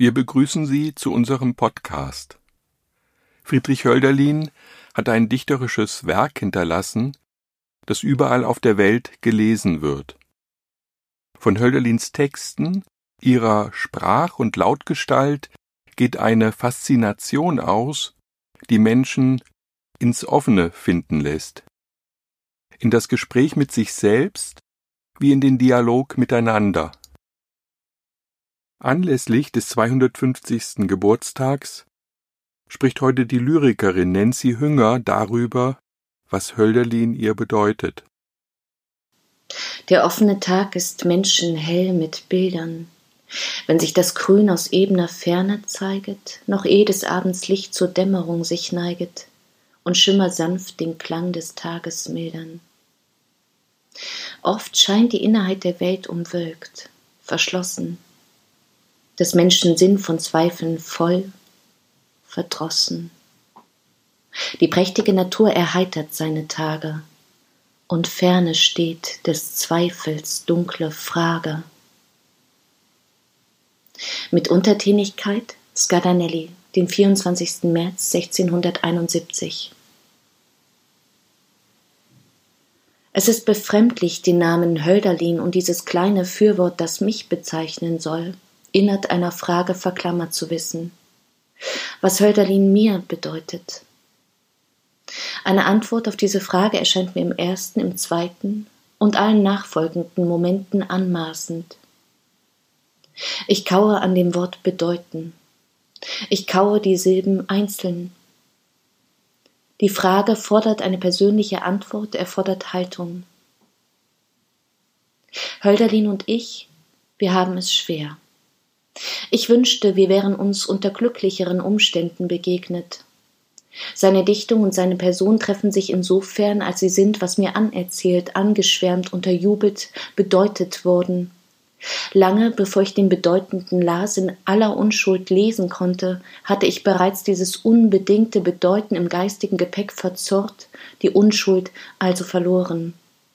Wir begrüßen Sie zu unserem Podcast. Friedrich Hölderlin hat ein dichterisches Werk hinterlassen, das überall auf der Welt gelesen wird. Von Hölderlins Texten, ihrer Sprach- und Lautgestalt geht eine Faszination aus, die Menschen ins Offene finden lässt. In das Gespräch mit sich selbst wie in den Dialog miteinander. Anlässlich des 250. Geburtstags spricht heute die Lyrikerin Nancy Hünger darüber, was Hölderlin ihr bedeutet. Der offene Tag ist menschenhell mit Bildern. Wenn sich das Grün aus ebener Ferne zeiget, noch eh des Abends Licht zur Dämmerung sich neiget und Schimmer sanft den Klang des Tages mildern. Oft scheint die Innerheit der Welt umwölkt, verschlossen, des Menschen Sinn von Zweifeln voll, verdrossen. Die prächtige Natur erheitert seine Tage, und ferne steht des Zweifels dunkle Frage. Mit Untertänigkeit Scardanelli, den 24. März 1671. Es ist befremdlich, den Namen Hölderlin und dieses kleine Fürwort, das mich bezeichnen soll, innert einer Frage verklammert zu wissen, was Hölderlin mir bedeutet. Eine Antwort auf diese Frage erscheint mir im ersten, im zweiten und allen nachfolgenden Momenten anmaßend. Ich kaue an dem Wort bedeuten. Ich kaue die Silben einzeln. Die Frage fordert eine persönliche Antwort, erfordert Haltung. Hölderlin und ich, wir haben es schwer. Ich wünschte, wir wären uns unter glücklicheren Umständen begegnet. Seine Dichtung und seine Person treffen sich insofern, als sie sind, was mir anerzählt, angeschwärmt, unterjubelt, bedeutet worden. Lange, bevor ich den Bedeutenden las, in aller Unschuld lesen konnte, hatte ich bereits dieses unbedingte Bedeuten im geistigen Gepäck verzorrt, die Unschuld also verloren.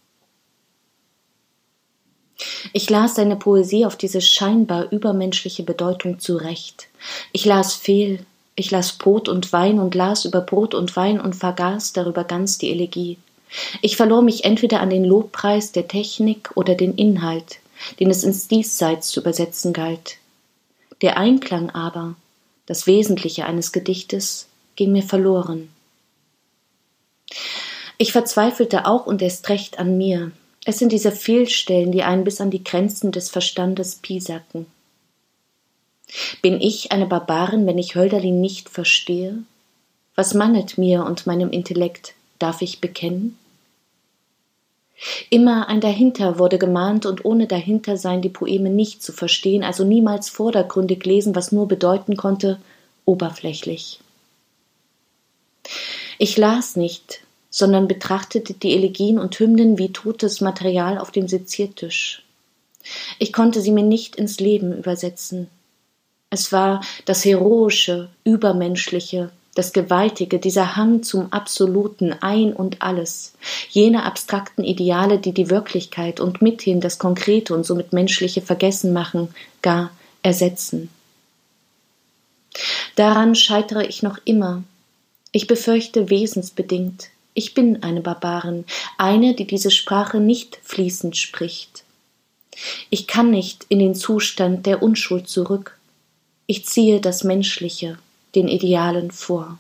Ich las seine Poesie auf diese scheinbar übermenschliche Bedeutung zurecht. Ich las fehl, ich las Brot und Wein und las über Brot und Wein und vergaß darüber ganz die Elegie. Ich verlor mich entweder an den Lobpreis der Technik oder den Inhalt, den es ins Diesseits zu übersetzen galt. Der Einklang aber, das Wesentliche eines Gedichtes, ging mir verloren. Ich verzweifelte auch und erst recht an mir. Es sind diese Fehlstellen, die einen bis an die Grenzen des Verstandes piesacken. Bin ich eine Barbarin, wenn ich Hölderlin nicht verstehe? Was mangelt mir und meinem Intellekt, darf ich bekennen? Immer ein Dahinter wurde gemahnt und ohne Dahintersein die Poeme nicht zu verstehen, also niemals vordergründig lesen, was nur bedeuten konnte, oberflächlich. Ich las nicht, sondern betrachtete die Elegien und Hymnen wie totes Material auf dem Seziertisch. Ich konnte sie mir nicht ins Leben übersetzen. Es war das Heroische, Übermenschliche, das Gewaltige, dieser Hang zum Absoluten, ein und alles, jene abstrakten Ideale, die die Wirklichkeit und mithin das Konkrete und somit Menschliche vergessen machen, gar ersetzen. Daran scheitere ich noch immer. Ich befürchte wesensbedingt, ich bin eine Barbarin, eine, die diese Sprache nicht fließend spricht. Ich kann nicht in den Zustand der Unschuld zurück. Ich ziehe das Menschliche, den Idealen vor.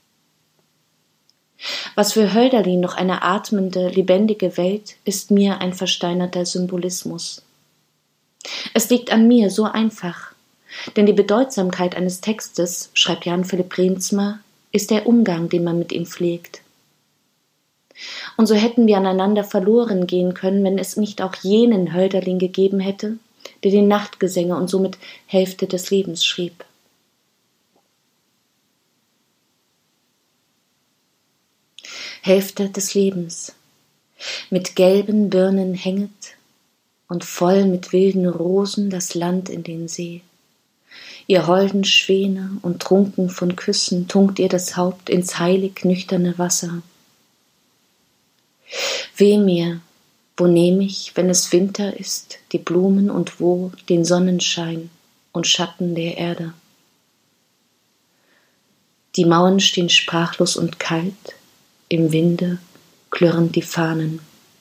Was für Hölderlin noch eine atmende, lebendige Welt, ist mir ein versteinerter Symbolismus. Es liegt an mir so einfach, denn die Bedeutsamkeit eines Textes, schreibt Jan Philipp Riemsma, ist der Umgang, den man mit ihm pflegt. Und so hätten wir aneinander verloren gehen können, wenn es nicht auch jenen Hölderlin gegeben hätte, der die Nachtgesänge und somit Hälfte des Lebens schrieb. Hälfte des Lebens, mit gelben Birnen hänget und voll mit wilden Rosen das Land in den See. Ihr holden Schwäne und trunken von Küssen tunkt ihr das Haupt ins heilig nüchterne Wasser. Weh mir, wo nehm ich, wenn es Winter ist, die Blumen und wo den Sonnenschein und Schatten der Erde? Die Mauern stehen sprachlos und kalt, im Winde klirren die Fahnen.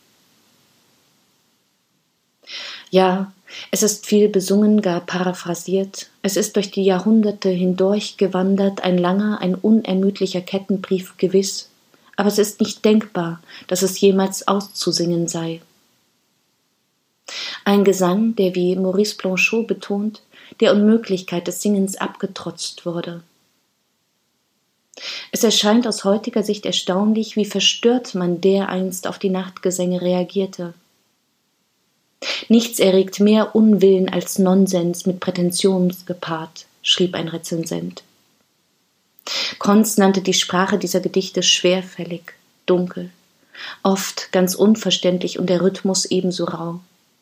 Ja, es ist viel besungen, gar paraphrasiert, es ist durch die Jahrhunderte hindurch gewandert, ein langer, ein unermüdlicher Kettenbrief gewiss, aber es ist nicht denkbar, dass es jemals auszusingen sei. Ein Gesang, der, wie Maurice Blanchot betont, der Unmöglichkeit des Singens abgetrotzt wurde. Es erscheint aus heutiger Sicht erstaunlich, wie verstört man dereinst auf die Nachtgesänge reagierte. Nichts erregt mehr Unwillen als Nonsens mit Prätension gepaart, schrieb ein Rezensent. Konz nannte die Sprache dieser Gedichte schwerfällig, dunkel, oft ganz unverständlich und der Rhythmus ebenso rau.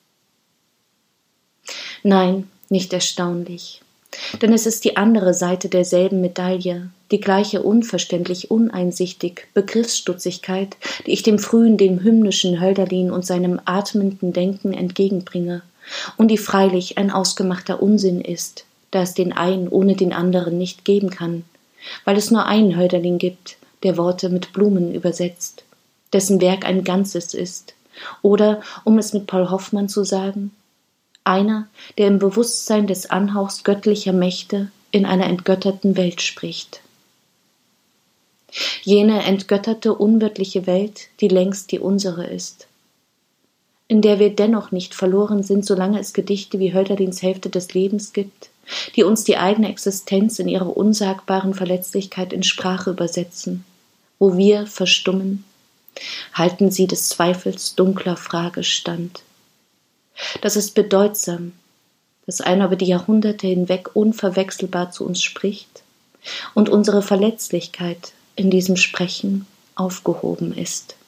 Nein, nicht erstaunlich, denn es ist die andere Seite derselben Medaille, die gleiche unverständlich, uneinsichtig Begriffsstutzigkeit, die ich dem frühen, dem hymnischen Hölderlin und seinem atmenden Denken entgegenbringe, und die freilich ein ausgemachter Unsinn ist, da es den einen ohne den anderen nicht geben kann, weil es nur einen Hölderlin gibt, der Worte mit Blumen übersetzt, dessen Werk ein Ganzes ist, oder, um es mit Paul Hoffmann zu sagen, einer, der im Bewusstsein des Anhauchs göttlicher Mächte in einer entgötterten Welt spricht. Jene entgötterte, unwirtliche Welt, die längst die unsere ist, in der wir dennoch nicht verloren sind, solange es Gedichte wie Hölderlins Hälfte des Lebens gibt, die uns die eigene Existenz in ihrer unsagbaren Verletzlichkeit in Sprache übersetzen, wo wir verstummen, halten sie des Zweifels dunkler Frage stand. Das ist bedeutsam, dass einer über die Jahrhunderte hinweg unverwechselbar zu uns spricht und unsere Verletzlichkeit in diesem Sprechen aufgehoben ist.